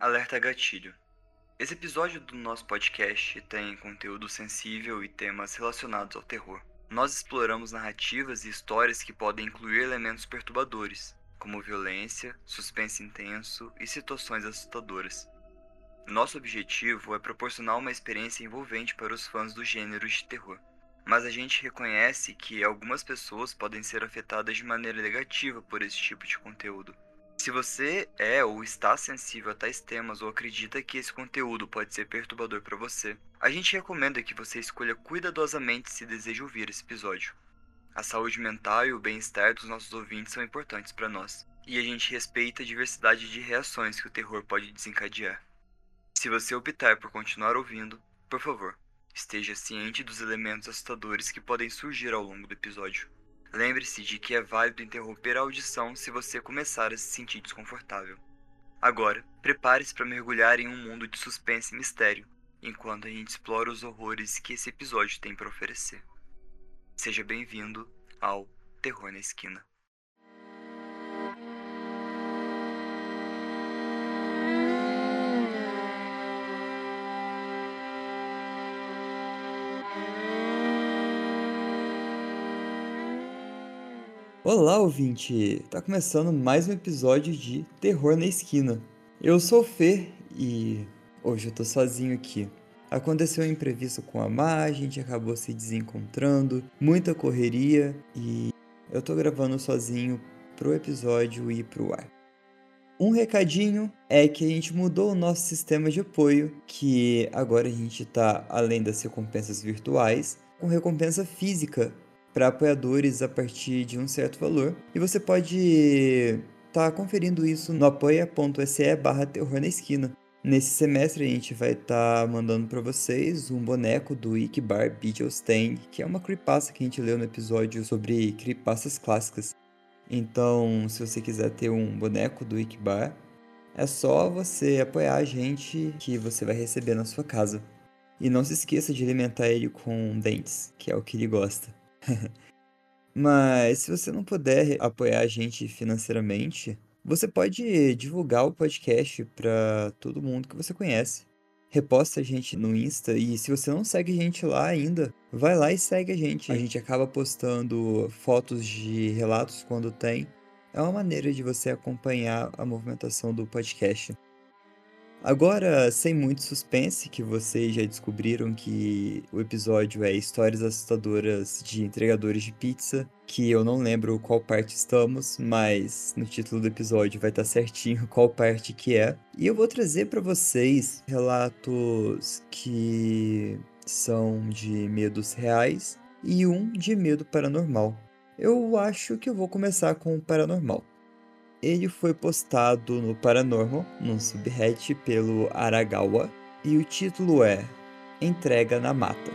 Alerta gatilho. Esse episódio do nosso podcast tem conteúdo sensível e temas relacionados ao terror. Nós exploramos narrativas e histórias que podem incluir elementos perturbadores, como violência, suspense intenso e situações assustadoras. Nosso objetivo é proporcionar uma experiência envolvente para os fãs do gênero de terror. Mas a gente reconhece que algumas pessoas podem ser afetadas de maneira negativa por esse tipo de conteúdo. Se você é ou está sensível a tais temas ou acredita que esse conteúdo pode ser perturbador para você, a gente recomenda que você escolha cuidadosamente se deseja ouvir esse episódio. A saúde mental e o bem-estar dos nossos ouvintes são importantes para nós, e a gente respeita a diversidade de reações que o terror pode desencadear. Se você optar por continuar ouvindo, por favor, esteja ciente dos elementos assustadores que podem surgir ao longo do episódio. Lembre-se de que é válido interromper a audição se você começar a se sentir desconfortável. Agora, prepare-se para mergulhar em um mundo de suspense e mistério, enquanto a gente explora os horrores que esse episódio tem para oferecer. Seja bem-vindo ao Terror na Esquina. Olá, ouvinte! Tá começando mais um episódio de Terror na Esquina. Eu sou o Fê e hoje eu tô sozinho aqui. Aconteceu um imprevisto com a Má, a gente acabou se desencontrando, muita correria e eu tô gravando sozinho pro episódio ir pro ar. Um recadinho é que a gente mudou o nosso sistema de apoio, que agora a gente tá, além das recompensas virtuais, com recompensa física para apoiadores a partir de um certo valor. E você pode estar conferindo isso no apoia.se/terror na esquina. Nesse semestre a gente vai estar mandando para vocês um boneco do Ickbar Beetlestein, que é uma creepypasta que a gente leu no episódio sobre creepypastas clássicas. Então, se você quiser ter um boneco do Ickbar, é só você apoiar a gente que você vai receber na sua casa. E não se esqueça de alimentar ele com dentes, que é o que ele gosta. Mas se você não puder apoiar a gente financeiramente, você pode divulgar o podcast para todo mundo que você conhece. Reposta a gente no Insta e se você não segue a gente lá ainda, vai lá e segue a gente. A gente acaba postando fotos de relatos quando tem. É uma maneira de você acompanhar a movimentação do podcast. Agora, sem muito suspense, que vocês já descobriram que o episódio é Histórias Assustadoras de Entregadores de Pizza, que eu não lembro qual parte estamos, mas no título do episódio vai estar certinho qual parte que é. E eu vou trazer para vocês relatos que são de medos reais e um de medo paranormal. Eu acho que eu vou começar com o paranormal. Ele foi postado no Paranormal, num subreddit pelo Aragawa, e o título é Entrega na Mata.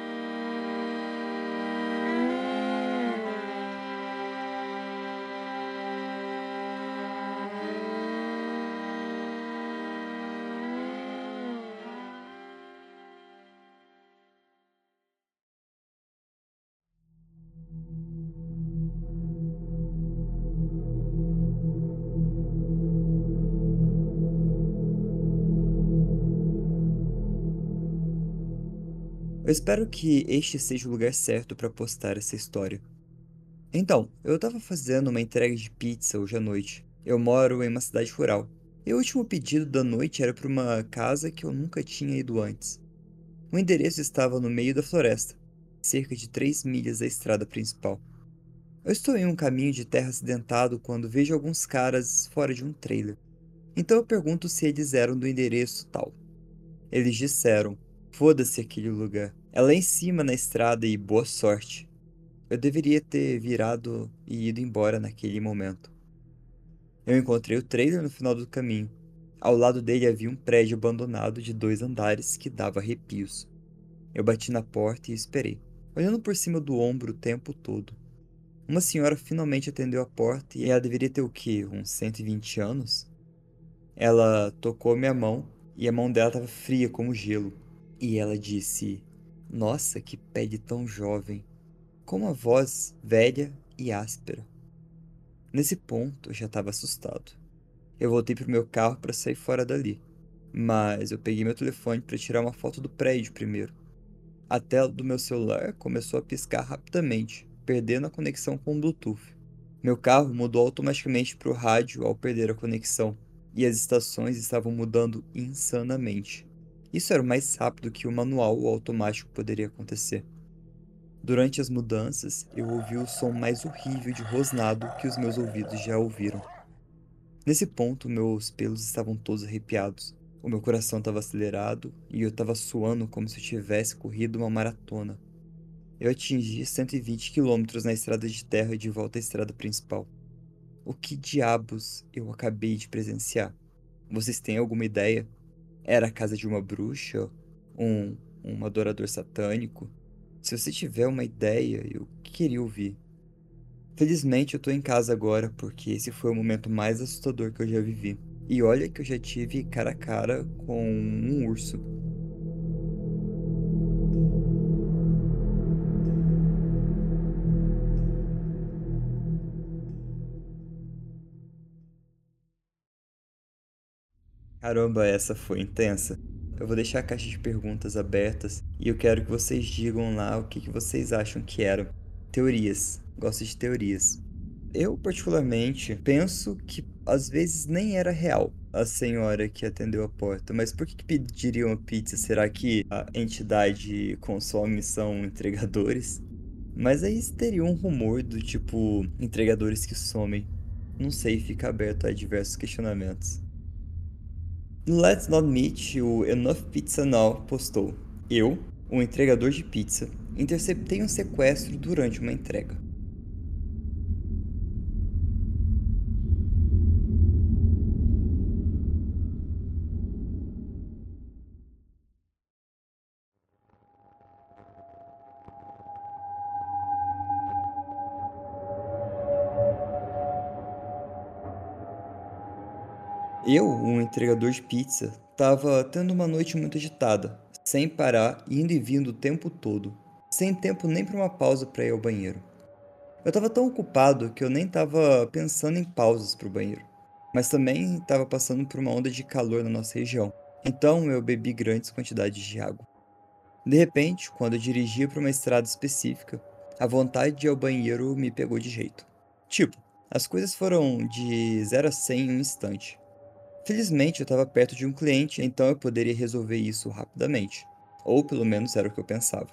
Eu espero que este seja o lugar certo para postar essa história. Então, eu tava fazendo uma entrega de pizza hoje à noite. Eu moro em uma cidade rural. E o último pedido da noite era para uma casa que eu nunca tinha ido antes. O endereço estava no meio da floresta, cerca de 3 milhas da estrada principal. Eu estou em um caminho de terra acidentado quando vejo alguns caras fora de um trailer. Então eu pergunto se eles eram do endereço tal. Eles disseram: foda-se aquele lugar. É lá em cima na estrada e boa sorte. Eu deveria ter virado e ido embora naquele momento. Eu encontrei o trailer no final do caminho. Ao lado dele havia um prédio abandonado de 2 andares que dava arrepios. Eu bati na porta e esperei, olhando por cima do ombro o tempo todo. Uma senhora finalmente atendeu a porta e ela deveria ter o quê? Uns 120 anos? Ela tocou minha mão e a mão dela estava fria como gelo. E ela disse: Nossa, que pele tão jovem! Com uma voz velha e áspera. Nesse ponto eu já estava assustado. Eu voltei pro meu carro para sair fora dali. mas eu peguei meu telefone para tirar uma foto do prédio primeiro. A tela do meu celular começou a piscar rapidamente, perdendo a conexão com o Bluetooth. Meu carro mudou automaticamente para o rádio ao perder a conexão, e as estações estavam mudando insanamente. Isso era o mais rápido que o manual ou automático poderia acontecer. Durante as mudanças, eu ouvi o som mais horrível de rosnado que os meus ouvidos já ouviram. Nesse ponto, meus pelos estavam todos arrepiados. O meu coração estava acelerado e eu estava suando como se eu tivesse corrido uma maratona. Eu atingi 120 quilômetros na estrada de terra de volta à estrada principal. O que diabos eu acabei de presenciar? Vocês têm alguma ideia? Era a casa de uma bruxa? Um, um adorador satânico? Se você tiver uma ideia, eu queria ouvir. Felizmente eu tô em casa agora, porque esse foi o momento mais assustador que eu já vivi. E olha que eu já tive cara a cara com um urso. Caramba, essa foi intensa. Eu vou deixar a caixa de perguntas abertas e eu quero que vocês digam lá o que vocês acham que eram. Teorias. Gosto de teorias. Eu, particularmente, penso que às vezes nem era real a senhora que atendeu a porta. Mas por que pediriam a pizza? Será que a entidade consome são entregadores? Mas aí teria um rumor do tipo entregadores que somem. Não sei, fica aberto a diversos questionamentos. No Let's Not Meet, o Enough Pizza Now postou: Eu, um entregador de pizza, interceptei um sequestro durante uma entrega. Eu, um entregador de pizza, estava tendo uma noite muito agitada, sem parar, indo e vindo o tempo todo, sem tempo nem para uma pausa para ir ao banheiro. Eu estava tão ocupado que eu nem estava pensando em pausas para o banheiro, mas também estava passando por uma onda de calor na nossa região, então eu bebi grandes quantidades de água. De repente, quando eu dirigia para uma estrada específica, a vontade de ir ao banheiro me pegou de jeito. Tipo, as coisas foram de 0 a 100 em um instante. Felizmente, eu estava perto de um cliente, então eu poderia resolver isso rapidamente. Ou pelo menos era o que eu pensava.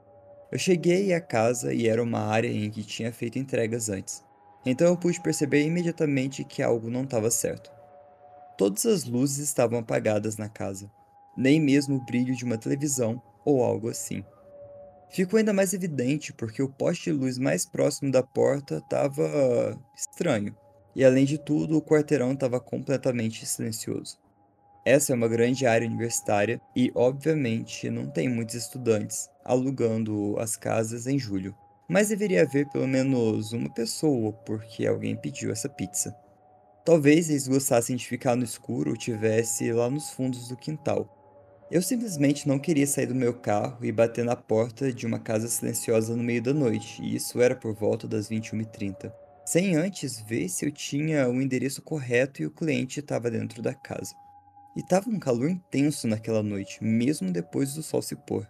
Eu cheguei à casa e era uma área em que tinha feito entregas antes. Então eu pude perceber imediatamente que algo não estava certo. Todas as luzes estavam apagadas na casa, nem mesmo o brilho de uma televisão ou algo assim. Ficou ainda mais evidente porque o poste de luz mais próximo da porta estava estranho. E além de tudo, o quarteirão estava completamente silencioso. Essa é uma grande área universitária e, obviamente, não tem muitos estudantes alugando as casas em julho. Mas deveria haver pelo menos uma pessoa, porque alguém pediu essa pizza. Talvez eles gostassem de ficar no escuro ou tivesse lá nos fundos do quintal. Eu simplesmente não queria sair do meu carro e bater na porta de uma casa silenciosa no meio da noite, e isso era por volta das 21h30, sem antes ver se eu tinha o endereço correto e o cliente estava dentro da casa. E tava um calor intenso naquela noite, mesmo depois do sol se pôr.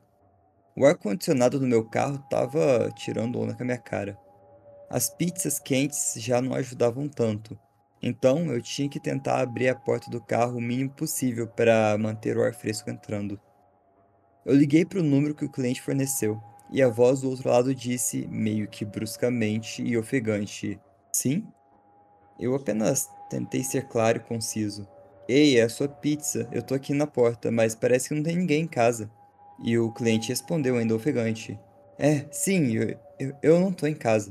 O ar-condicionado do meu carro tava tirando onda com a minha cara. As pizzas quentes já não ajudavam tanto, então eu tinha que tentar abrir a porta do carro o mínimo possível para manter o ar fresco entrando. Eu liguei para o número que o cliente forneceu, e a voz do outro lado disse, meio que bruscamente e ofegante: Sim? Eu apenas tentei ser claro e conciso. Ei, é a sua pizza. Eu tô aqui na porta, mas parece que não tem ninguém em casa. E o cliente respondeu ainda ofegante. Sim, eu não tô em casa.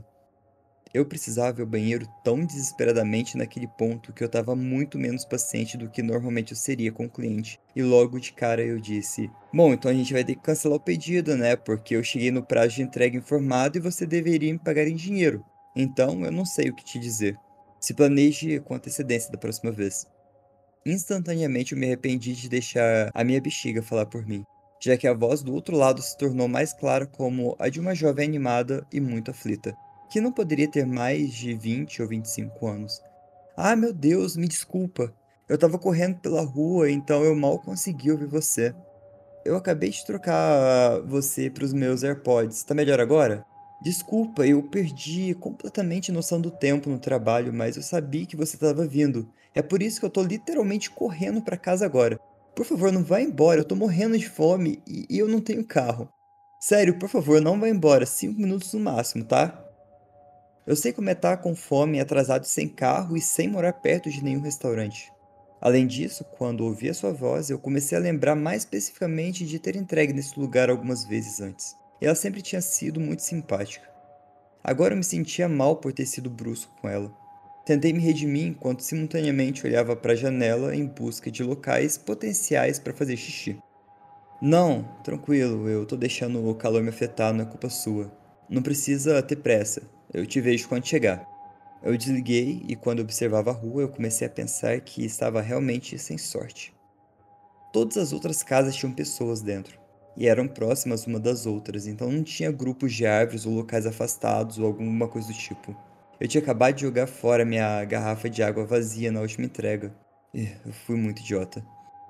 Eu precisava ir ao banheiro tão desesperadamente naquele ponto que eu estava muito menos paciente do que normalmente eu seria com o cliente. E logo de cara eu disse: Bom, então a gente vai ter que cancelar o pedido, né? Porque eu cheguei no prazo de entrega informado e você deveria me pagar em dinheiro. Então eu não sei o que te dizer. Se planeje com antecedência da próxima vez. Instantaneamente eu me arrependi de deixar a minha bexiga falar por mim, já que a voz do outro lado se tornou mais clara como a de uma jovem animada e muito aflita, que não poderia ter mais de 20 ou 25 anos. Ah, meu Deus, me desculpa. Eu tava correndo pela rua, então eu mal consegui ouvir você. Eu acabei de trocar você para os meus AirPods. Tá melhor agora? Desculpa, eu perdi completamente noção do tempo no trabalho, mas eu sabia que você estava vindo. É por isso que eu tô literalmente correndo para casa agora. Por favor, não vá embora, eu tô morrendo de fome e eu não tenho carro. Sério, por favor, não vá embora, 5 minutos no máximo, tá? Eu sei como é estar com fome, atrasado sem carro e sem morar perto de nenhum restaurante. Além disso, quando ouvi a sua voz, eu comecei a lembrar mais especificamente de ter entregue nesse lugar algumas vezes antes. E ela sempre tinha sido muito simpática. Agora eu me sentia mal por ter sido brusco com ela. Tentei me redimir enquanto simultaneamente olhava para a janela em busca de locais potenciais para fazer xixi. Não, tranquilo, eu tô deixando o calor me afetar, não é culpa sua. Não precisa ter pressa, eu te vejo quando chegar. Eu desliguei e quando observava a rua eu comecei a pensar que estava realmente sem sorte. Todas as outras casas tinham pessoas dentro, e eram próximas uma das outras, então não tinha grupos de árvores ou locais afastados ou alguma coisa do tipo. Eu tinha acabado de jogar fora minha garrafa de água vazia na última entrega. Eu fui muito idiota.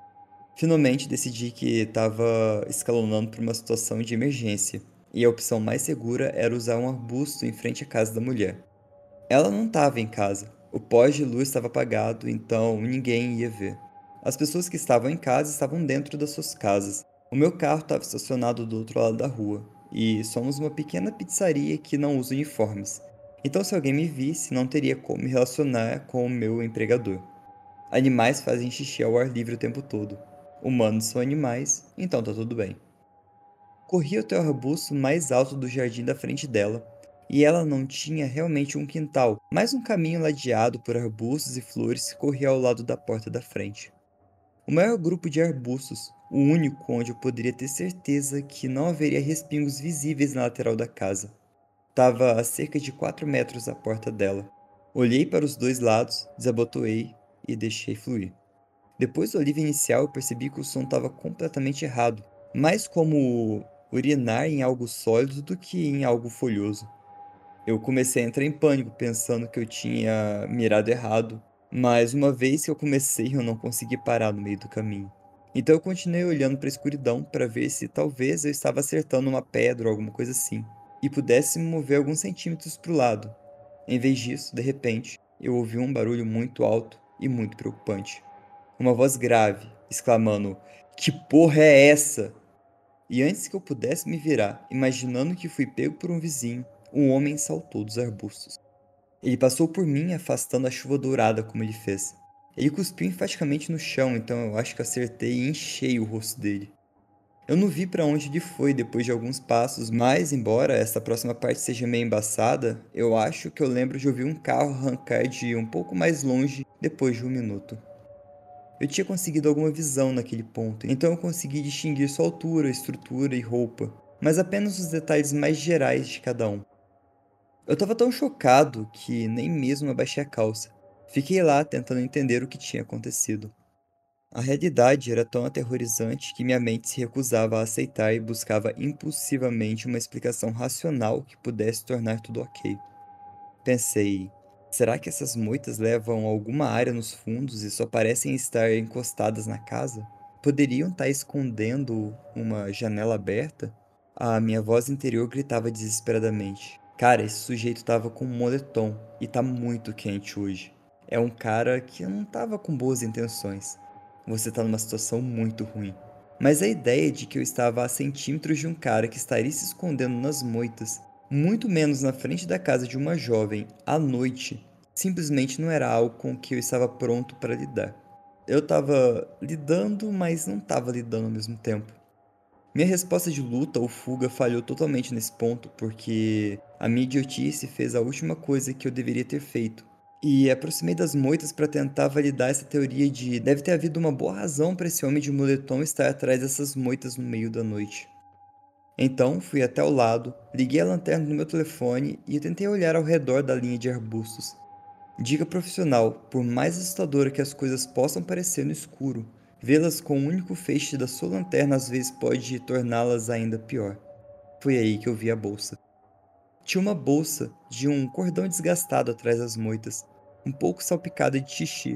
Finalmente decidi que estava escalonando para uma situação de emergência, e a opção mais segura era usar um arbusto em frente à casa da mulher. Ela não estava em casa. O pós de luz estava apagado, então ninguém ia ver. As pessoas que estavam em casa estavam dentro das suas casas. O meu carro estava estacionado do outro lado da rua, e somos uma pequena pizzaria que não usa uniformes. Então, se alguém me visse, não teria como me relacionar com o meu empregador. Animais fazem xixi ao ar livre o tempo todo. Humanos são animais, então tá tudo bem. Corri até o arbusto mais alto do jardim da frente dela, e ela não tinha realmente um quintal, mas um caminho ladeado por arbustos e flores que corria ao lado da porta da frente. O maior grupo de arbustos, o único onde eu poderia ter certeza que não haveria respingos visíveis na lateral da casa. Estava a cerca de 4 metros da porta dela. Olhei para os dois lados, desabotoei e deixei fluir. Depois do alívio inicial, eu percebi que o som estava completamente errado, mais como urinar em algo sólido do que em algo folhoso. Eu comecei a entrar em pânico, pensando que eu tinha mirado errado, mas uma vez que eu comecei, eu não consegui parar no meio do caminho. Então eu continuei olhando para a escuridão para ver se talvez eu estava acertando uma pedra ou alguma coisa assim, e pudesse me mover alguns centímetros para o lado. Em vez disso, de repente, eu ouvi um barulho muito alto e muito preocupante. Uma voz grave, exclamando: Que porra é essa? E antes que eu pudesse me virar, imaginando que fui pego por um vizinho, um homem saltou dos arbustos. Ele passou por mim, afastando a chuva dourada como ele fez. Ele cuspiu enfaticamente no chão, então eu acho que acertei e enchei o rosto dele. Eu não vi para onde ele foi depois de alguns passos, mas, embora essa próxima parte seja meio embaçada, eu acho que eu lembro de ouvir um carro arrancar de um pouco mais longe depois de um minuto. Eu tinha conseguido alguma visão naquele ponto, então eu consegui distinguir sua altura, estrutura e roupa, mas apenas os detalhes mais gerais de cada um. Eu estava tão chocado que nem mesmo abaixei a calça. Fiquei lá tentando entender o que tinha acontecido. A realidade era tão aterrorizante que minha mente se recusava a aceitar e buscava impulsivamente uma explicação racional que pudesse tornar tudo ok. Pensei, será que essas moitas levam a alguma área nos fundos e só parecem estar encostadas na casa? Poderiam estar escondendo uma janela aberta? A minha voz interior gritava desesperadamente. Cara, esse sujeito tava com um moletom e tá muito quente hoje. É um cara que não tava com boas intenções. Você tá numa situação muito ruim. Mas a ideia de que eu estava a centímetros de um cara que estaria se escondendo nas moitas, muito menos na frente da casa de uma jovem, à noite, simplesmente não era algo com que eu estava pronto para lidar. Eu estava lidando, mas não estava lidando ao mesmo tempo. Minha resposta de luta ou fuga falhou totalmente nesse ponto, porque a minha idiotice fez a última coisa que eu deveria ter feito. E aproximei das moitas para tentar validar essa teoria de deve ter havido uma boa razão para esse homem de moletom estar atrás dessas moitas no meio da noite. Então, fui até o lado, liguei a lanterna no meu telefone e tentei olhar ao redor da linha de arbustos. Dica profissional: por mais assustadora que as coisas possam parecer no escuro, vê-las com o único feixe da sua lanterna às vezes pode torná-las ainda pior. Foi aí que eu vi a bolsa. Tinha uma bolsa de um cordão desgastado atrás das moitas, um pouco salpicada de xixi,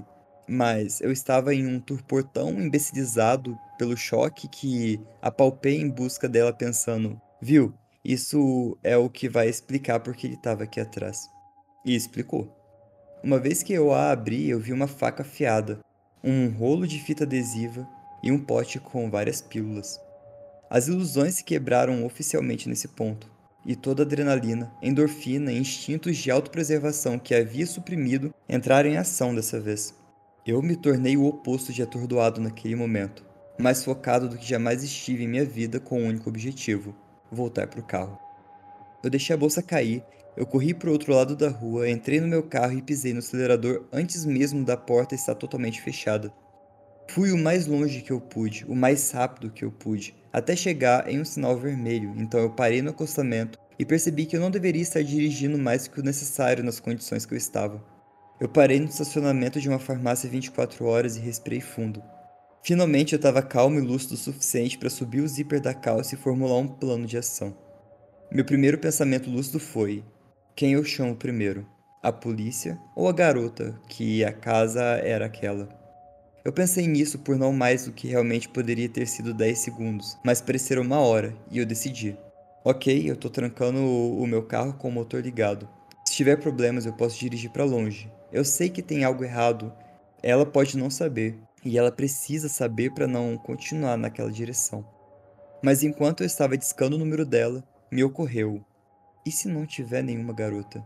mas eu estava em um torpor tão imbecilizado pelo choque que apalpei em busca dela pensando, viu, isso é o que vai explicar porque ele estava aqui atrás. E explicou. Uma vez que eu a abri, eu vi uma faca afiada, um rolo de fita adesiva e um pote com várias pílulas. As ilusões se quebraram oficialmente nesse ponto, e toda a adrenalina, endorfina e instintos de autopreservação que havia suprimido entraram em ação dessa vez. Eu me tornei o oposto de atordoado naquele momento, mais focado do que jamais estive em minha vida com um único objetivo: voltar para o carro. Eu deixei a bolsa cair, eu corri para o outro lado da rua, entrei no meu carro e pisei no acelerador antes mesmo da porta estar totalmente fechada. Fui o mais longe que eu pude, o mais rápido que eu pude, até chegar em um sinal vermelho, então eu parei no acostamento e percebi que eu não deveria estar dirigindo mais do que o necessário nas condições que eu estava. Eu parei no estacionamento de uma farmácia 24 horas e respirei fundo. Finalmente eu estava calmo e lúcido o suficiente para subir o zíper da calça e formular um plano de ação. Meu primeiro pensamento lúcido foi: quem eu chamo primeiro? A polícia ou a garota, que a casa era aquela? Eu pensei nisso por não mais do que realmente poderia ter sido 10 segundos, mas pareceram uma hora, e eu decidi. Ok, eu tô trancando o meu carro com o motor ligado. Se tiver problemas, eu posso dirigir para longe. Eu sei que tem algo errado. Ela pode não saber, e ela precisa saber para não continuar naquela direção. Mas enquanto eu estava discando o número dela, me ocorreu: e se não tiver nenhuma garota?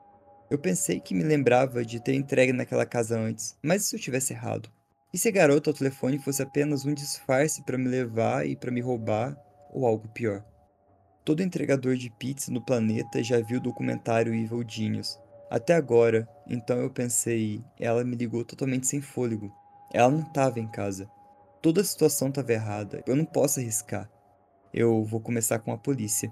Eu pensei que me lembrava de ter entregue naquela casa antes, mas e se eu tivesse errado? E se a garota ao telefone fosse apenas um disfarce para me levar e para me roubar, ou algo pior? Todo entregador de pizza no planeta já viu o documentário Evil Genius. Até agora, então eu pensei, ela me ligou totalmente sem fôlego. Ela não estava em casa. Toda a situação estava errada. Eu não posso arriscar. Eu vou começar com a polícia.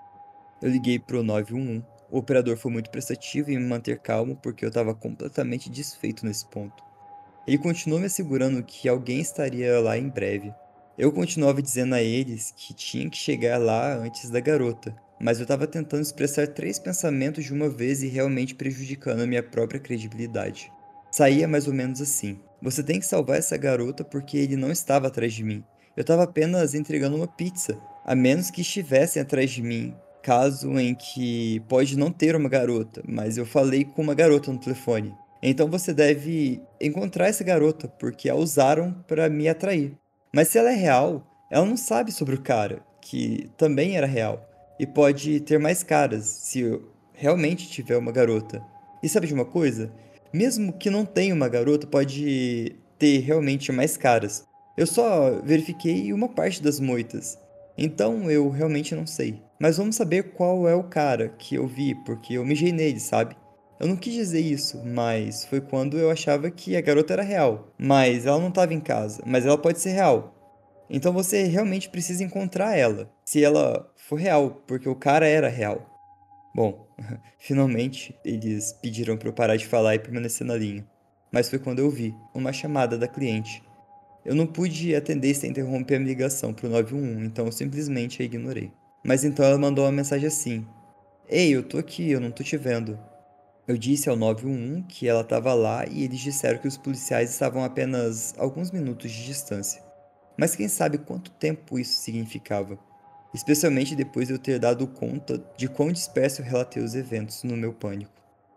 Eu liguei pro 911. O operador foi muito prestativo em me manter calmo porque eu estava completamente desfeito nesse ponto. Ele continuou me assegurando que alguém estaria lá em breve. Eu continuava dizendo a eles que tinha que chegar lá antes da garota, mas eu estava tentando expressar 3 pensamentos de uma vez e realmente prejudicando a minha própria credibilidade. Saía mais ou menos assim: você tem que salvar essa garota porque ele não estava atrás de mim. Eu estava apenas entregando uma pizza, a menos que estivessem atrás de mim. Caso em que pode não ter uma garota, mas eu falei com uma garota no telefone. Então você deve encontrar essa garota, porque a usaram para me atrair. Mas se ela é real, ela não sabe sobre o cara, que também era real, e pode ter mais caras se eu realmente tiver uma garota. E sabe de uma coisa? Mesmo que não tenha uma garota, pode ter realmente mais caras. Eu só verifiquei uma parte das moitas, então eu realmente não sei. Mas vamos saber qual é o cara que eu vi, porque eu mijei nele, sabe? Eu não quis dizer isso, mas foi quando eu achava que a garota era real. Mas ela não estava em casa, mas ela pode ser real. Então você realmente precisa encontrar ela, se ela for real, porque o cara era real. Bom, finalmente eles pediram para eu parar de falar e permanecer na linha. Mas foi quando eu vi uma chamada da cliente. Eu não pude atender sem interromper a minha ligação pro 911, então eu simplesmente a ignorei. Mas então ela mandou uma mensagem assim: Ei, eu tô aqui, eu não tô te vendo. Eu disse ao 911 que ela estava lá e eles disseram que os policiais estavam a apenas alguns minutos de distância. Mas quem sabe quanto tempo isso significava? Especialmente depois de eu ter dado conta de quão disperso eu relatei os eventos no meu pânico.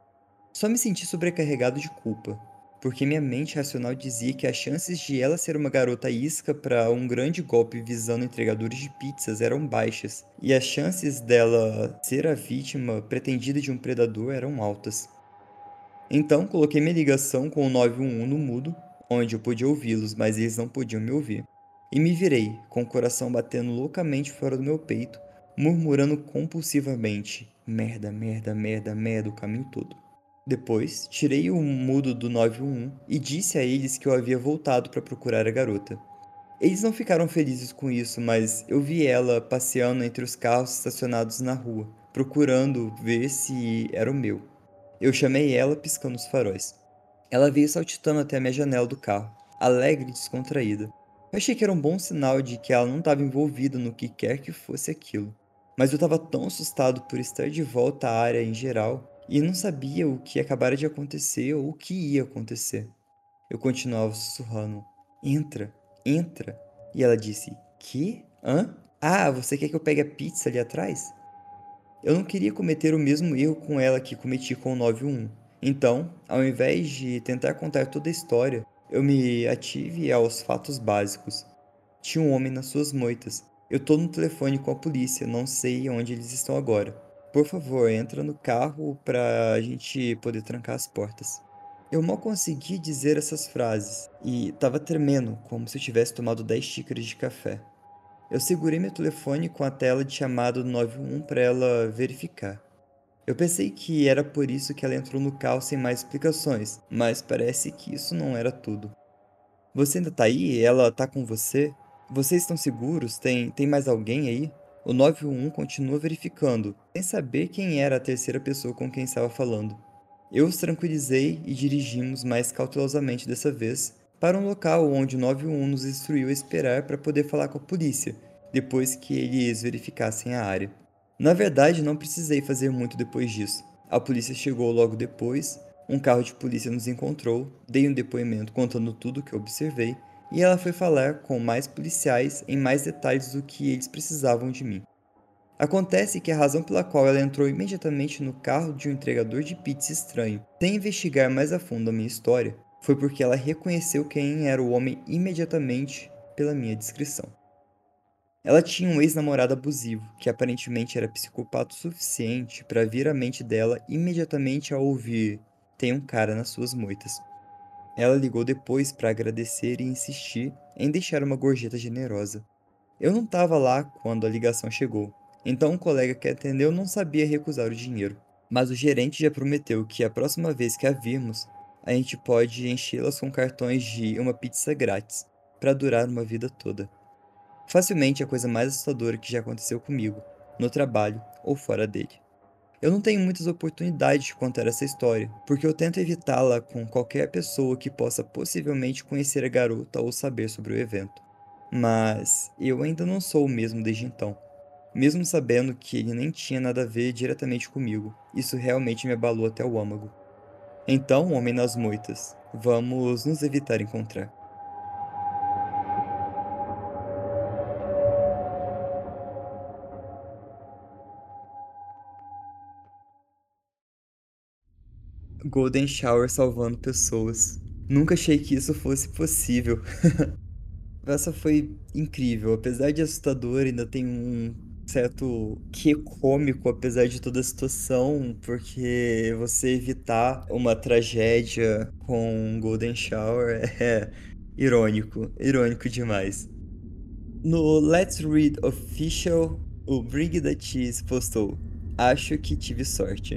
Só me senti sobrecarregado de culpa, porque minha mente racional dizia que as chances de ela ser uma garota isca para um grande golpe visando entregadores de pizzas eram baixas, e as chances dela ser a vítima pretendida de um predador eram altas. Então, coloquei minha ligação com o 911 no mudo, onde eu podia ouvi-los, mas eles não podiam me ouvir. E me virei, com o coração batendo loucamente fora do meu peito, murmurando compulsivamente: merda, merda, merda, merda, o caminho todo. Depois, tirei o mudo do 911 e disse a eles que eu havia voltado para procurar a garota. Eles não ficaram felizes com isso, mas eu vi ela passeando entre os carros estacionados na rua, procurando ver se era o meu. Eu chamei ela piscando os faróis. Ela veio saltitando até a minha janela do carro, alegre e descontraída. Eu achei que era um bom sinal de que ela não estava envolvida no que quer que fosse aquilo. Mas eu estava tão assustado por estar de volta à área em geral e não sabia o que acabara de acontecer ou o que ia acontecer. Eu continuava sussurrando: Entra, entra. E ela disse: Que? Hã? Ah, você quer que eu pegue a pizza ali atrás? Eu não queria cometer o mesmo erro com ela que cometi com o 91. Então, ao invés de tentar contar toda a história, eu me ative aos fatos básicos. Tinha um homem nas suas moitas. Eu tô no telefone com a polícia, não sei onde eles estão agora. Por favor, entra no carro pra gente poder trancar as portas. Eu mal consegui dizer essas frases e tava tremendo, como se eu tivesse tomado 10 xícaras de café. Eu segurei meu telefone com a tela de chamada do 91 para ela verificar. Eu pensei que era por isso que ela entrou no carro sem mais explicações, mas parece que isso não era tudo. Você ainda tá aí? Ela tá com você? Vocês estão seguros? Tem mais alguém aí? O 91 continua verificando, sem saber quem era a terceira pessoa com quem estava falando. Eu os tranquilizei e dirigimos mais cautelosamente dessa vez para um local onde o 91 nos instruiu a esperar para poder falar com a polícia, depois que eles verificassem a área. Na verdade, não precisei fazer muito depois disso. A polícia chegou logo depois, um carro de polícia nos encontrou, dei um depoimento contando tudo o que observei, e ela foi falar com mais policiais em mais detalhes do que eles precisavam de mim. Acontece que a razão pela qual ela entrou imediatamente no carro de um entregador de pizza estranho, sem investigar mais a fundo a minha história, foi porque ela reconheceu quem era o homem imediatamente pela minha descrição. Ela tinha um ex-namorado abusivo, que aparentemente era psicopata o suficiente para vir à mente dela imediatamente ao ouvir: Tem um cara nas suas moitas. Ela ligou depois para agradecer e insistir em deixar uma gorjeta generosa. Eu não estava lá quando a ligação chegou, então o colega que atendeu não sabia recusar o dinheiro. Mas o gerente já prometeu que a próxima vez que a virmos, a gente pode enchê-las com cartões de uma pizza grátis, para durar uma vida toda. Facilmente a coisa mais assustadora que já aconteceu comigo, no trabalho ou fora dele. Eu não tenho muitas oportunidades de contar essa história, porque eu tento evitá-la com qualquer pessoa que possa possivelmente conhecer a garota ou saber sobre o evento. Mas eu ainda não sou o mesmo desde então. Mesmo sabendo que ele nem tinha nada a ver diretamente comigo, isso realmente me abalou até o âmago. Então, homem nas moitas, vamos nos evitar encontrar. Golden Shower salvando pessoas. Nunca achei que isso fosse possível. Essa foi incrível. Apesar de assustador, ainda tem um certo quê cômico, apesar de toda a situação, porque você evitar uma tragédia com um Golden Shower é irônico, irônico demais. No Let's Read Official, o Bring the Cheese postou: Acho que tive sorte.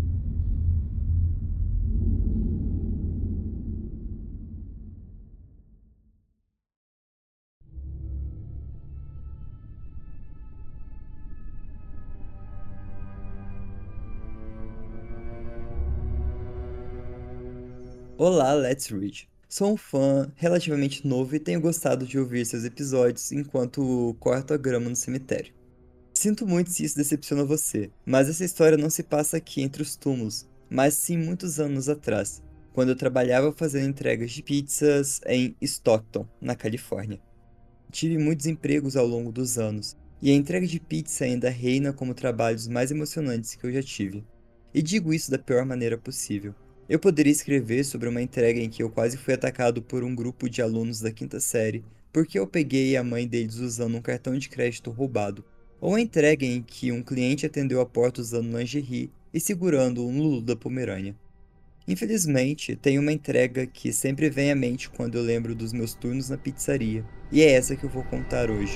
Olá, Let's Read. Sou um fã relativamente novo e tenho gostado de ouvir seus episódios enquanto corto a grama no cemitério. Sinto muito se isso decepciona você, mas essa história não se passa aqui entre os túmulos, mas sim muitos anos atrás, quando eu trabalhava fazendo entregas de pizzas em Stockton, na Califórnia. Tive muitos empregos ao longo dos anos, e a entrega de pizza ainda reina como trabalhos mais emocionantes que eu já tive. E digo isso da pior maneira possível. Eu poderia escrever sobre uma entrega em que eu quase fui atacado por um grupo de alunos da quinta série porque eu peguei a mãe deles usando um cartão de crédito roubado, ou a entrega em que um cliente atendeu a porta usando lingerie e segurando um Lulu da Pomerânia. Infelizmente, tem uma entrega que sempre vem à mente quando eu lembro dos meus turnos na pizzaria, e é essa que eu vou contar hoje.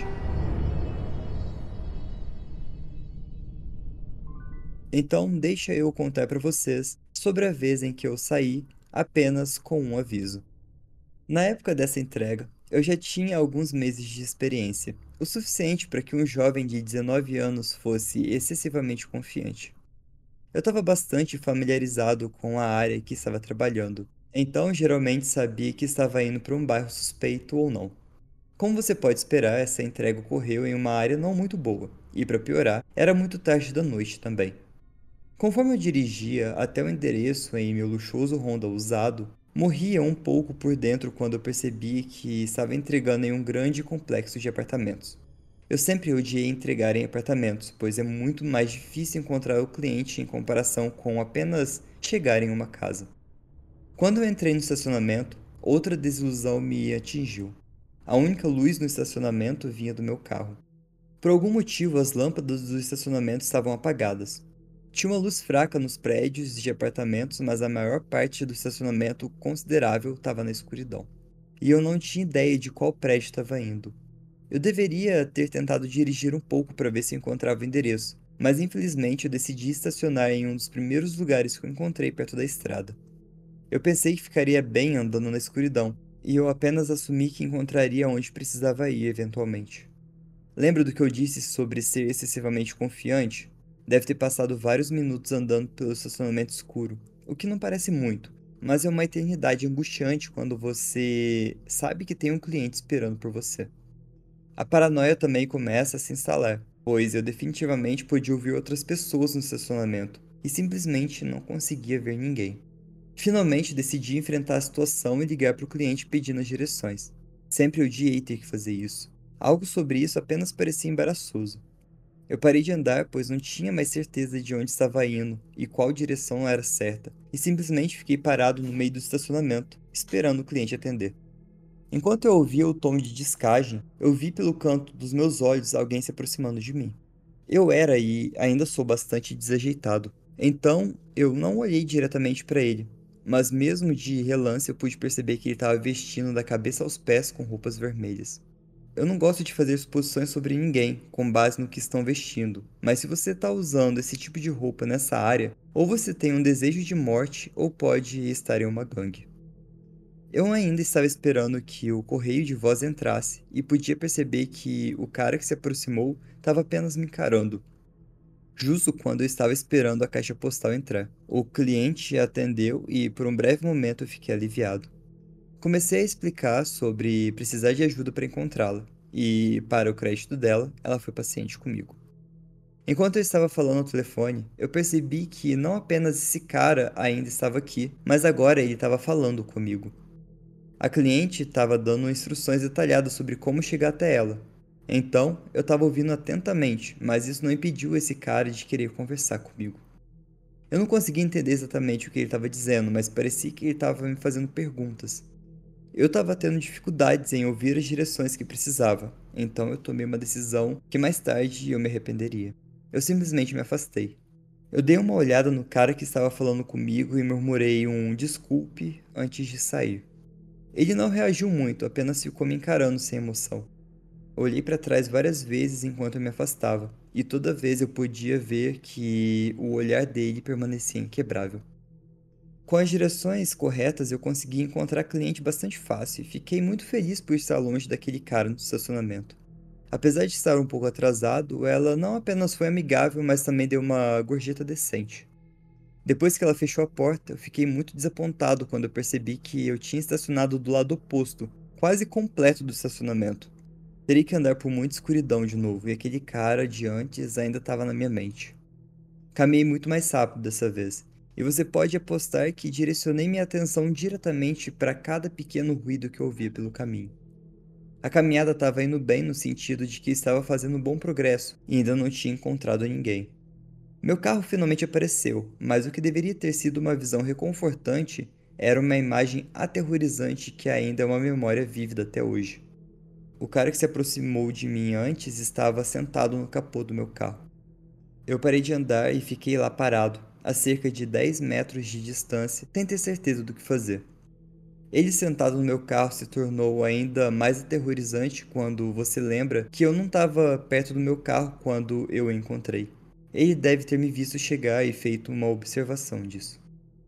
Então, deixa eu contar para vocês sobre a vez em que eu saí apenas com um aviso. Na época dessa entrega, eu já tinha alguns meses de experiência, o suficiente para que um jovem de 19 anos fosse excessivamente confiante. Eu estava bastante familiarizado com a área que estava trabalhando, então geralmente sabia que estava indo para um bairro suspeito ou não. Como você pode esperar, essa entrega ocorreu em uma área não muito boa, e para piorar, era muito tarde da noite também. Conforme eu dirigia até o endereço em meu luxuoso Honda usado, Morria um pouco por dentro quando eu percebi que estava entregando em um grande complexo de apartamentos. Eu sempre odiei entregar em apartamentos, pois é muito mais difícil encontrar o cliente em comparação com apenas chegar em uma casa. Quando eu entrei no estacionamento, outra desilusão me atingiu. A única luz no estacionamento vinha do meu carro. Por algum motivo, as lâmpadas do estacionamento estavam apagadas. Tinha uma luz fraca nos prédios de apartamentos, mas a maior parte do estacionamento considerável estava na escuridão. E eu não tinha ideia de qual prédio estava indo. Eu deveria ter tentado dirigir um pouco para ver se encontrava o endereço, mas infelizmente eu decidi estacionar em um dos primeiros lugares que eu encontrei perto da estrada. Eu pensei que ficaria bem andando na escuridão, e eu apenas assumi que encontraria onde precisava ir eventualmente. Lembra do que eu disse sobre ser excessivamente confiante? Deve ter passado vários minutos andando pelo estacionamento escuro, o que não parece muito, mas é uma eternidade angustiante quando você sabe que tem um cliente esperando por você. A paranoia também começa a se instalar, pois eu definitivamente podia ouvir outras pessoas no estacionamento e simplesmente não conseguia ver ninguém. Finalmente decidi enfrentar a situação e ligar para o cliente pedindo as direções. Sempre odiei ter que fazer isso. Algo sobre isso apenas parecia embaraçoso. Eu parei de andar, pois não tinha mais certeza de onde estava indo e qual direção era certa, e simplesmente fiquei parado no meio do estacionamento, esperando o cliente atender. Enquanto eu ouvia o tom de descagem, eu vi pelo canto dos meus olhos alguém se aproximando de mim. Eu era e ainda sou bastante desajeitado, então eu não olhei diretamente para ele, mas mesmo de relance eu pude perceber que ele estava vestindo da cabeça aos pés com roupas vermelhas. Eu não gosto de fazer suposições sobre ninguém com base no que estão vestindo, mas se você está usando esse tipo de roupa nessa área, ou você tem um desejo de morte ou pode estar em uma gangue. Eu ainda estava esperando que o correio de voz entrasse e podia perceber que o cara que se aproximou estava apenas me encarando. Justo quando eu estava esperando a caixa postal entrar, o cliente atendeu e por um breve momento eu fiquei aliviado. Comecei a explicar sobre precisar de ajuda para encontrá-la, e, para o crédito dela, ela foi paciente comigo. Enquanto eu estava falando ao telefone, eu percebi que não apenas esse cara ainda estava aqui, mas agora ele estava falando comigo. A cliente estava dando instruções detalhadas sobre como chegar até ela. Então, eu estava ouvindo atentamente, mas isso não impediu esse cara de querer conversar comigo. Eu não conseguia entender exatamente o que ele estava dizendo, mas parecia que ele estava me fazendo perguntas. Eu estava tendo dificuldades em ouvir as direções que precisava, então eu tomei uma decisão que mais tarde eu me arrependeria. Eu simplesmente me afastei. Eu dei uma olhada no cara que estava falando comigo e murmurei um desculpe antes de sair. Ele não reagiu muito, apenas ficou me encarando sem emoção. Olhei para trás várias vezes enquanto eu me afastava, e toda vez eu podia ver que o olhar dele permanecia inquebrável. Com as direções corretas, eu consegui encontrar cliente bastante fácil e fiquei muito feliz por estar longe daquele cara no estacionamento. Apesar de estar um pouco atrasado, ela não apenas foi amigável, mas também deu uma gorjeta decente. Depois que ela fechou a porta, eu fiquei muito desapontado quando eu percebi que eu tinha estacionado do lado oposto, quase completo do estacionamento. Teria que andar por muita escuridão de novo, e aquele cara de antes ainda estava na minha mente. Caminhei muito mais rápido dessa vez, e você pode apostar que direcionei minha atenção diretamente para cada pequeno ruído que eu ouvia pelo caminho. A caminhada estava indo bem no sentido de que estava fazendo um bom progresso e ainda não tinha encontrado ninguém. Meu carro finalmente apareceu, mas o que deveria ter sido uma visão reconfortante era uma imagem aterrorizante que ainda é uma memória vívida até hoje. O cara que se aproximou de mim antes estava sentado no capô do meu carro. Eu parei de andar e fiquei lá parado, a cerca de 10 metros de distância, sem ter certeza do que fazer. Ele sentado no meu carro se tornou ainda mais aterrorizante quando você lembra que eu não estava perto do meu carro quando eu o encontrei. Ele deve ter me visto chegar e feito uma observação disso.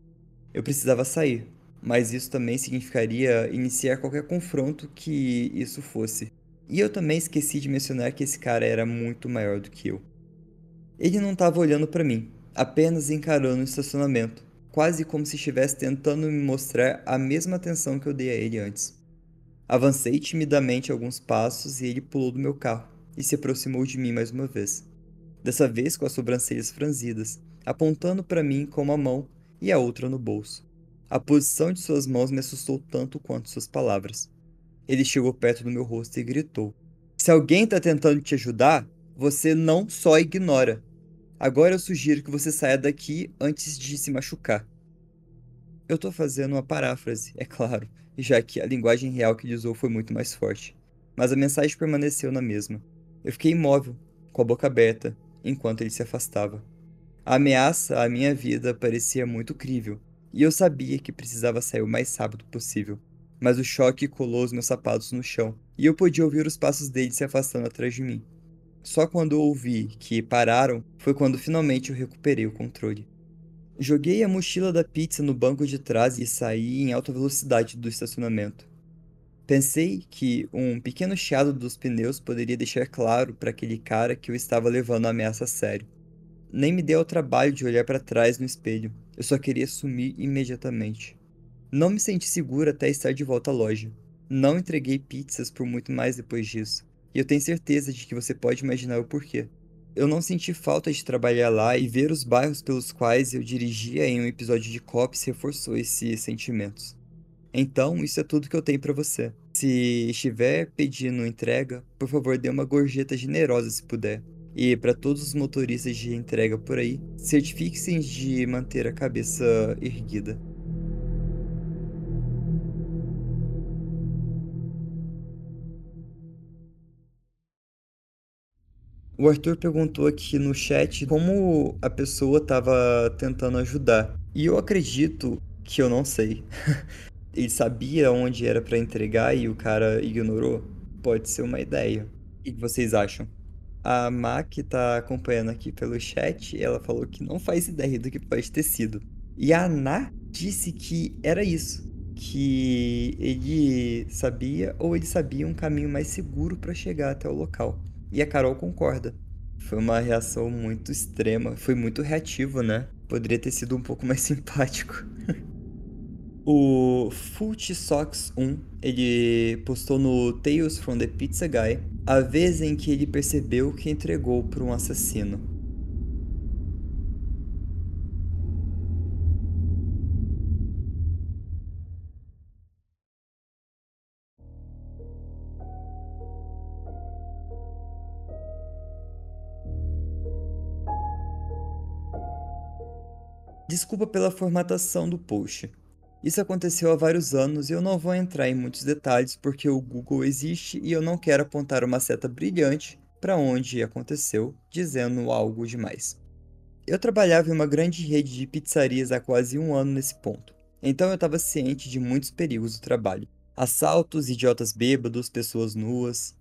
Eu precisava sair, mas isso também significaria iniciar qualquer confronto que isso fosse. E eu também esqueci de mencionar que esse cara era muito maior do que eu. Ele não estava olhando para mim, apenas encarando o estacionamento, quase como se estivesse tentando me mostrar a mesma atenção que eu dei a ele antes. Avancei timidamente alguns passos e ele pulou do meu carro e se aproximou de mim mais uma vez. Dessa vez com as sobrancelhas franzidas, apontando para mim com uma mão e a outra no bolso. A posição de suas mãos me assustou tanto quanto suas palavras. Ele chegou perto do meu rosto e gritou: Se alguém está tentando te ajudar, você não só ignora. Agora eu sugiro que você saia daqui antes de se machucar. Eu tô fazendo uma paráfrase, é claro, já que a linguagem real que ele usou foi muito mais forte. Mas a mensagem permaneceu na mesma. Eu fiquei imóvel, com a boca aberta, enquanto ele se afastava. A ameaça à minha vida parecia muito crível, e eu sabia que precisava sair o mais rápido possível. Mas o choque colou os meus sapatos no chão, e eu podia ouvir os passos dele se afastando atrás de mim. Só quando eu ouvi que pararam foi quando finalmente eu recuperei o controle. Joguei a mochila da pizza no banco de trás e saí em alta velocidade do estacionamento. Pensei que um pequeno chiado dos pneus poderia deixar claro para aquele cara que eu estava levando a ameaça a sério. Nem me dei ao trabalho de olhar para trás no espelho. Eu só queria sumir imediatamente. Não me senti seguro até estar de volta à loja. Não entreguei pizzas por muito mais depois disso. E eu tenho certeza de que você pode imaginar o porquê. Eu não senti falta de trabalhar lá e ver os bairros pelos quais eu dirigia em um episódio de Cops reforçou esses sentimentos. Então, isso é tudo que eu tenho para você. Se estiver pedindo entrega, por favor, dê uma gorjeta generosa se puder. E para todos os motoristas de entrega por aí, certifiquem-se de manter a cabeça erguida. O Arthur perguntou aqui no chat como a pessoa estava tentando ajudar. E eu acredito que eu não sei. Ele sabia onde era para entregar e o cara ignorou? Pode ser uma ideia. O que vocês acham? A Má, que tá acompanhando aqui pelo chat, ela falou que não faz ideia do que pode ter sido. E a Ná disse que era isso. Que ele sabia ou ele sabia um caminho mais seguro para chegar até o local. E a Carol concorda. Foi uma reação muito extrema, foi muito reativo, né? Poderia ter sido um pouco mais simpático. O Fult Sox 1, ele postou no Tales from the Pizza Guy a vez em que ele percebeu que entregou para um assassino. Desculpa pela formatação do post. Isso aconteceu há vários anos e eu não vou entrar em muitos detalhes porque o Google existe e eu não quero apontar uma seta brilhante para onde aconteceu, dizendo algo demais. Eu trabalhava em uma grande rede de pizzarias há quase um ano nesse ponto, então eu estava ciente de muitos perigos do trabalho. Assaltos, idiotas bêbados, pessoas nuas.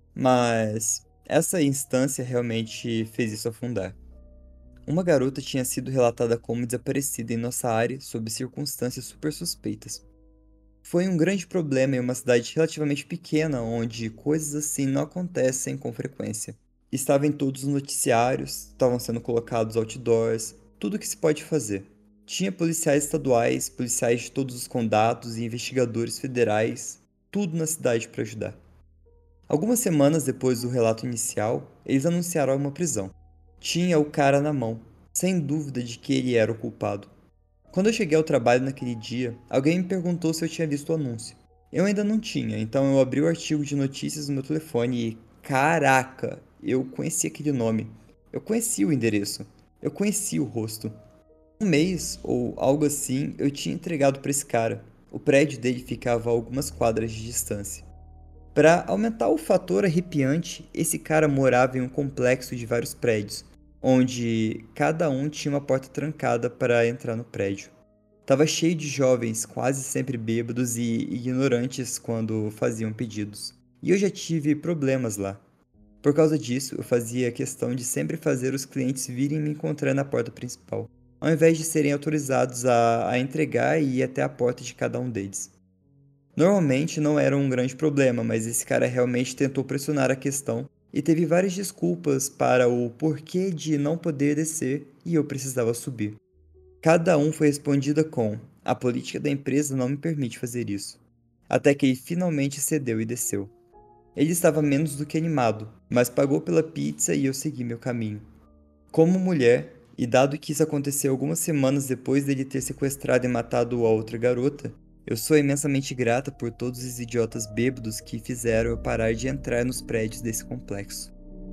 Mas essa instância realmente fez isso afundar. Uma garota tinha sido relatada como desaparecida em nossa área sob circunstâncias super suspeitas. Foi um grande problema em uma cidade relativamente pequena onde coisas assim não acontecem com frequência. Estava em todos os noticiários, estavam sendo colocados outdoors, tudo o que se pode fazer. Tinha policiais estaduais, policiais de todos os condados e investigadores federais, tudo na cidade para ajudar. Algumas semanas depois do relato inicial, eles anunciaram uma prisão. Tinha o cara na mão, sem dúvida de que ele era o culpado. Quando eu cheguei ao trabalho naquele dia, alguém me perguntou se eu tinha visto o anúncio. Eu ainda não tinha, então eu abri o artigo de notícias no meu telefone e, caraca, eu conhecia aquele nome. Eu conhecia o endereço. Eu conhecia o rosto. Um mês ou algo assim, eu tinha entregado para esse cara. O prédio dele ficava a algumas quadras de distância. Para aumentar o fator arrepiante, esse cara morava em um complexo de vários prédios, onde cada um tinha uma porta trancada para entrar no prédio. Tava cheio de jovens, quase sempre bêbados e ignorantes quando faziam pedidos. E eu já tive problemas lá. Por causa disso, eu fazia questão de sempre fazer os clientes virem me encontrar na porta principal, ao invés de serem autorizados a entregar e ir até a porta de cada um deles. Normalmente não era um grande problema, mas esse cara realmente tentou pressionar a questão e teve várias desculpas para o porquê de não poder descer e eu precisava subir. Cada um foi respondida com: a política da empresa não me permite fazer isso. Até que ele finalmente cedeu e desceu. Ele estava menos do que animado, mas pagou pela pizza e eu segui meu caminho. Como mulher, E dado que isso aconteceu algumas semanas depois dele ter sequestrado e matado a outra garota, eu sou imensamente grata por todos os idiotas bêbados que fizeram eu parar de entrar nos prédios desse complexo.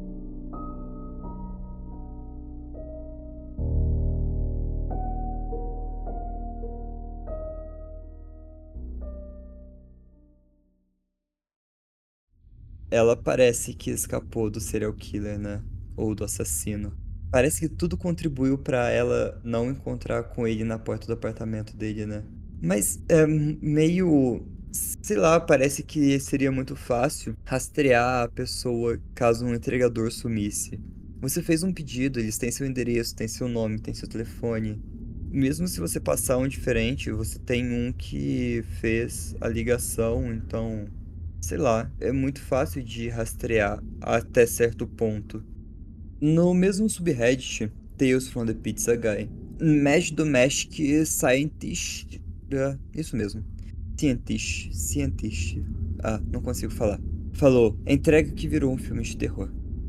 Ela parece que escapou do serial killer, né? Ou do assassino. Parece que tudo contribuiu pra ela não encontrar com ele na porta do apartamento dele, né? Mas é meio. Sei lá, parece que seria muito fácil rastrear a pessoa caso um entregador sumisse. Você fez um pedido, eles têm seu endereço, têm seu nome, têm seu telefone. Mesmo se você passar um diferente, você tem um que fez a ligação, então. Sei lá, é muito fácil de rastrear até certo ponto. No mesmo subreddit, Tales from the Pizza Guy, Mesh Domestic Scientist. Isso mesmo. Scientist. Ah, não consigo falar. Falou, entrega que virou um filme de terror.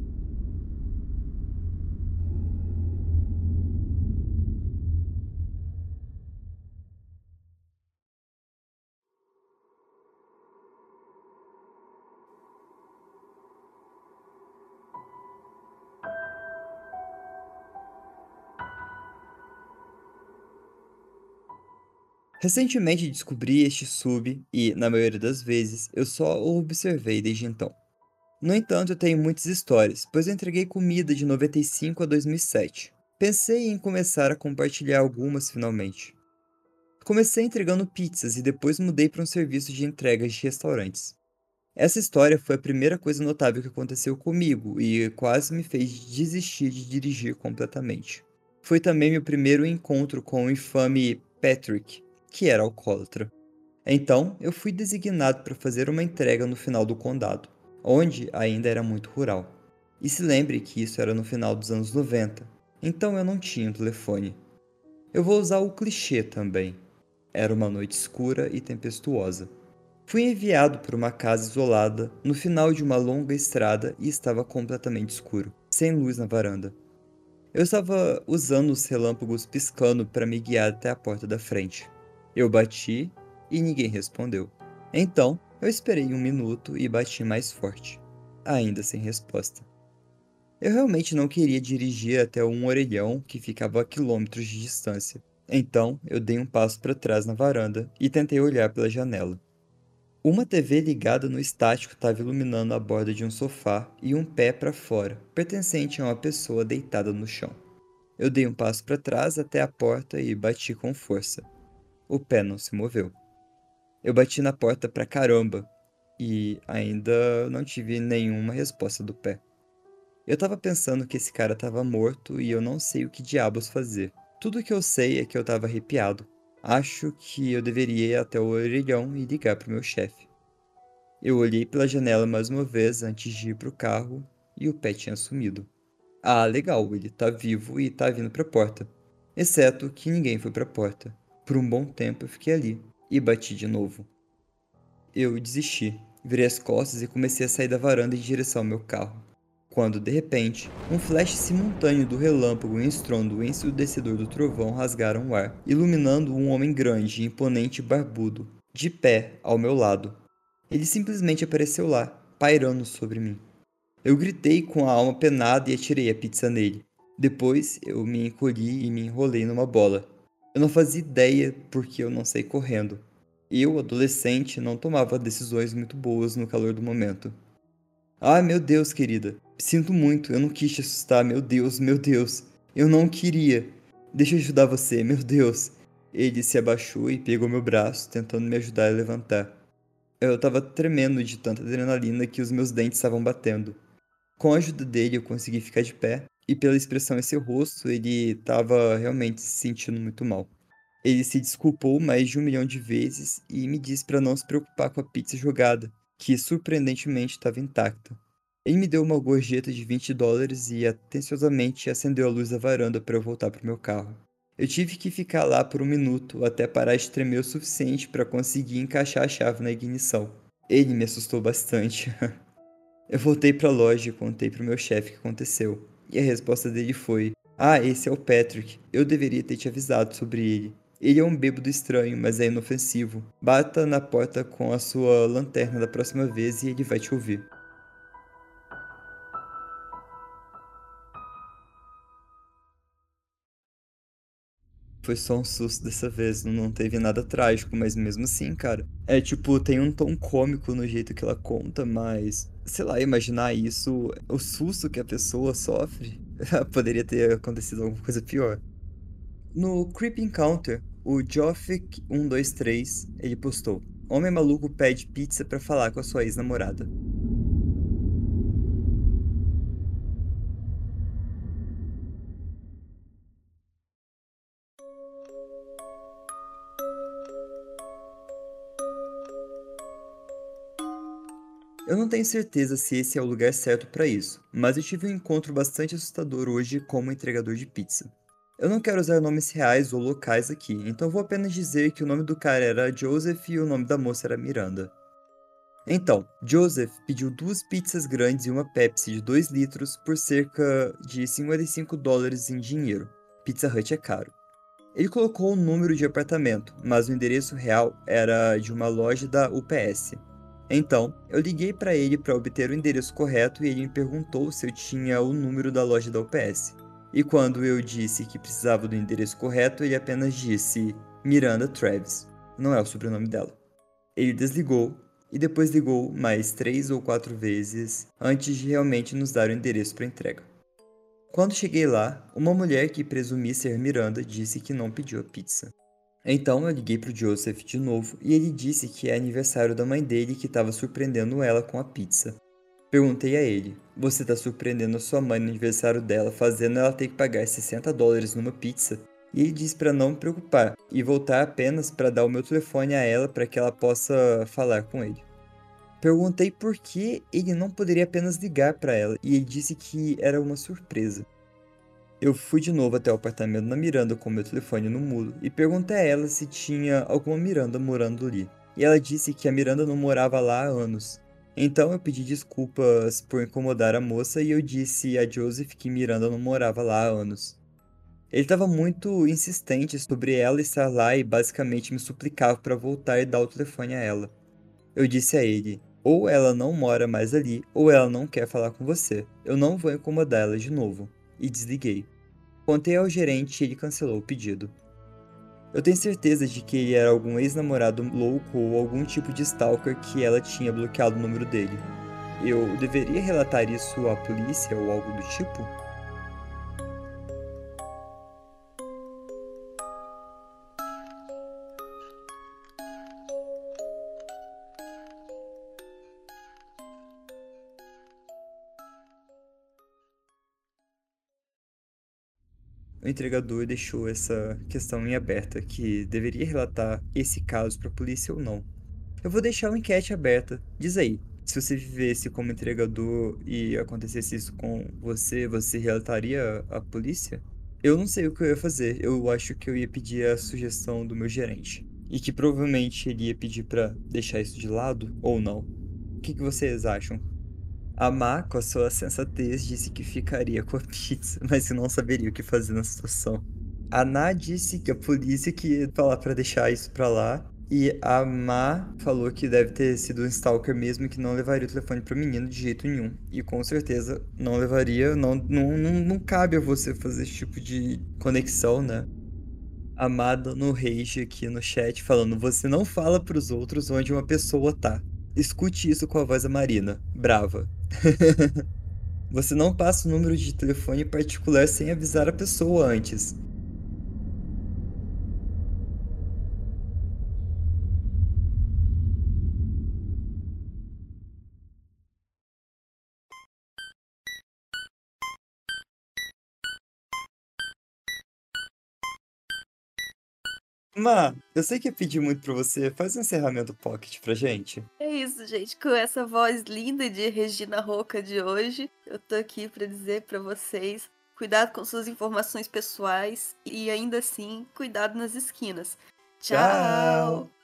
Recentemente descobri este sub e, na maioria das vezes, eu só o observei desde então. No entanto, eu tenho muitas histórias, pois eu entreguei comida de 95 a 2007. Pensei em começar a compartilhar algumas finalmente. Comecei entregando pizzas e depois mudei para um serviço de entregas de restaurantes. Essa história foi a primeira coisa notável que aconteceu comigo e quase me fez desistir de dirigir completamente. Foi também meu primeiro encontro com o infame Patrick, que era alcoólatra. Então, eu fui designado para fazer uma entrega no final do condado, onde ainda era muito rural. E se lembre que isso era no final dos anos 90, então eu não tinha um telefone. Eu vou usar o clichê também. Era uma noite escura e tempestuosa. Fui enviado para uma casa isolada, no final de uma longa estrada e estava completamente escuro, sem luz na varanda. Eu estava usando os relâmpagos piscando para me guiar até a porta da frente. Eu bati e ninguém respondeu. Então, eu esperei um minuto e bati mais forte, ainda sem resposta. Eu realmente não queria dirigir até um orelhão que ficava a quilômetros de distância. Então, eu dei um passo para trás na varanda e tentei olhar pela janela. Uma TV ligada no estático estava iluminando a borda de um sofá e um pé para fora, pertencente a uma pessoa deitada no chão. Eu dei um passo para trás até a porta e bati com força. O pé não se moveu. Eu bati na porta pra caramba e ainda não tive nenhuma resposta do pé. Eu tava pensando que esse cara tava morto e eu não sei o que diabos fazer. Tudo que eu sei é que eu tava arrepiado. Acho que eu deveria ir até o orelhão e ligar pro meu chefe. Eu olhei pela janela mais uma vez antes de ir pro carro e o pé tinha sumido. Ah, legal, ele tá vivo e tá vindo pra porta. Exceto que ninguém foi pra porta. Por um bom tempo eu fiquei ali e bati de novo. Eu desisti, virei as costas e comecei a sair da varanda em direção ao meu carro. Quando, de repente, um flash simultâneo do relâmpago e um estrondo ensurdecedor do trovão rasgaram o ar, iluminando um homem grande, imponente e barbudo, de pé ao meu lado. Ele simplesmente apareceu lá, pairando sobre mim. Eu gritei com a alma penada e atirei a pizza nele. Depois, eu me encolhi e me enrolei numa bola. Eu não fazia ideia porque eu não saí correndo. Eu, adolescente, não tomava decisões muito boas no calor do momento. Ah, meu Deus, querida. Sinto muito, eu não quis te assustar, meu Deus, meu Deus. Eu não queria. Deixa eu ajudar você, meu Deus. Ele se abaixou e pegou meu braço, tentando me ajudar a levantar. Eu tava tremendo de tanta adrenalina que os meus dentes estavam batendo. Com a ajuda dele, eu consegui ficar de pé, e pela expressão em seu rosto, ele estava realmente se sentindo muito mal. Ele se desculpou mais de 1 milhão de vezes e me disse para não se preocupar com a pizza jogada, que surpreendentemente estava intacta. Ele me deu uma gorjeta de US$ 20 e atenciosamente acendeu a luz da varanda para eu voltar para o meu carro. Eu tive que ficar lá por um minuto até parar de tremer o suficiente para conseguir encaixar a chave na ignição. Ele me assustou bastante. Eu voltei para a loja e contei pro meu chefe o que aconteceu. E a resposta dele foi: Ah, esse é o Patrick. Eu deveria ter te avisado sobre ele. Ele é um bêbado estranho, mas é inofensivo. Bata na porta com a sua lanterna da próxima vez e ele vai te ouvir. Foi só um susto dessa vez, não teve nada trágico, mas mesmo assim, cara. É tipo, tem um tom cômico no jeito que ela conta, mas. Sei lá, imaginar isso, o susto que a pessoa sofre, poderia ter acontecido alguma coisa pior. No Creep Encounter, o Joffic123, ele postou: Homem maluco pede pizza pra falar com a sua ex-namorada. Eu não tenho certeza se esse é o lugar certo pra isso, mas eu tive um encontro bastante assustador hoje como entregador de pizza. Eu não quero usar nomes reais ou locais aqui, então vou apenas dizer que o nome do cara era Joseph e o nome da moça era Miranda. Então, Joseph pediu duas pizzas grandes e uma Pepsi de 2 litros por cerca de US$ 55 em dinheiro. Pizza Hut é caro. Ele colocou o número de apartamento, mas o endereço real era de uma loja da UPS. Então, eu liguei para ele para obter o endereço correto e ele me perguntou se eu tinha o número da loja da UPS. E quando eu disse que precisava do endereço correto, ele apenas disse Miranda Travis. Não é o sobrenome dela. Ele desligou e depois ligou mais 3 ou 4 vezes antes de realmente nos dar o endereço para entrega. Quando cheguei lá, uma mulher que presumi ser Miranda disse que não pediu a pizza. Então eu liguei pro Joseph de novo e ele disse que é aniversário da mãe dele que estava surpreendendo ela com a pizza. Perguntei a ele: Você tá surpreendendo a sua mãe no aniversário dela, fazendo ela ter que pagar US$ 60 numa pizza? E ele disse para não me preocupar e voltar apenas para dar o meu telefone a ela para que ela possa falar com ele. Perguntei por que ele não poderia apenas ligar para ela e ele disse que era uma surpresa. Eu fui de novo até o apartamento da Miranda com meu telefone no mudo e perguntei a ela se tinha alguma Miranda morando ali. E ela disse que a Miranda não morava lá há anos. Então eu pedi desculpas por incomodar a moça e eu disse a Joseph que Miranda não morava lá há anos. Ele estava muito insistente sobre ela estar lá e basicamente me suplicava para voltar e dar o telefone a ela. Eu disse a ele: ou ela não mora mais ali, ou ela não quer falar com você. Eu não vou incomodar ela de novo. E desliguei. Contei ao gerente e ele cancelou o pedido. Eu tenho certeza de que ele era algum ex-namorado louco ou algum tipo de stalker que ela tinha bloqueado o número dele. Eu deveria relatar isso à polícia ou algo do tipo? O entregador deixou essa questão em aberta, que deveria relatar esse caso para a polícia ou não. Eu vou deixar uma enquete aberta. Diz aí, se você vivesse como entregador e acontecesse isso com você, você relataria à polícia? Eu não sei o que eu ia fazer. Eu acho que eu ia pedir a sugestão do meu gerente. E que provavelmente ele ia pedir pra deixar isso de lado ou não. O que vocês acham? A Má, com a sua sensatez, disse que ficaria com a pizza, mas que não saberia o que fazer na situação. A Ná disse que a polícia que ia falar pra deixar isso pra lá. E a Má falou que deve ter sido um stalker mesmo e que não levaria o telefone pro menino de jeito nenhum. E com certeza não levaria, não cabe a você fazer esse tipo de conexão, né? A Má dando rage aqui no chat falando: Você não fala pros outros onde uma pessoa tá. Escute isso com a voz da Marina, brava. Você não passa o número de telefone particular sem avisar a pessoa antes. Má, eu sei que eu pedi muito pra você, faz um encerramento pocket pra gente. É isso, gente. Com essa voz linda de Regina Roca de hoje, eu tô aqui pra dizer pra vocês: cuidado com suas informações pessoais e ainda assim, cuidado nas esquinas. Tchau! Tchau!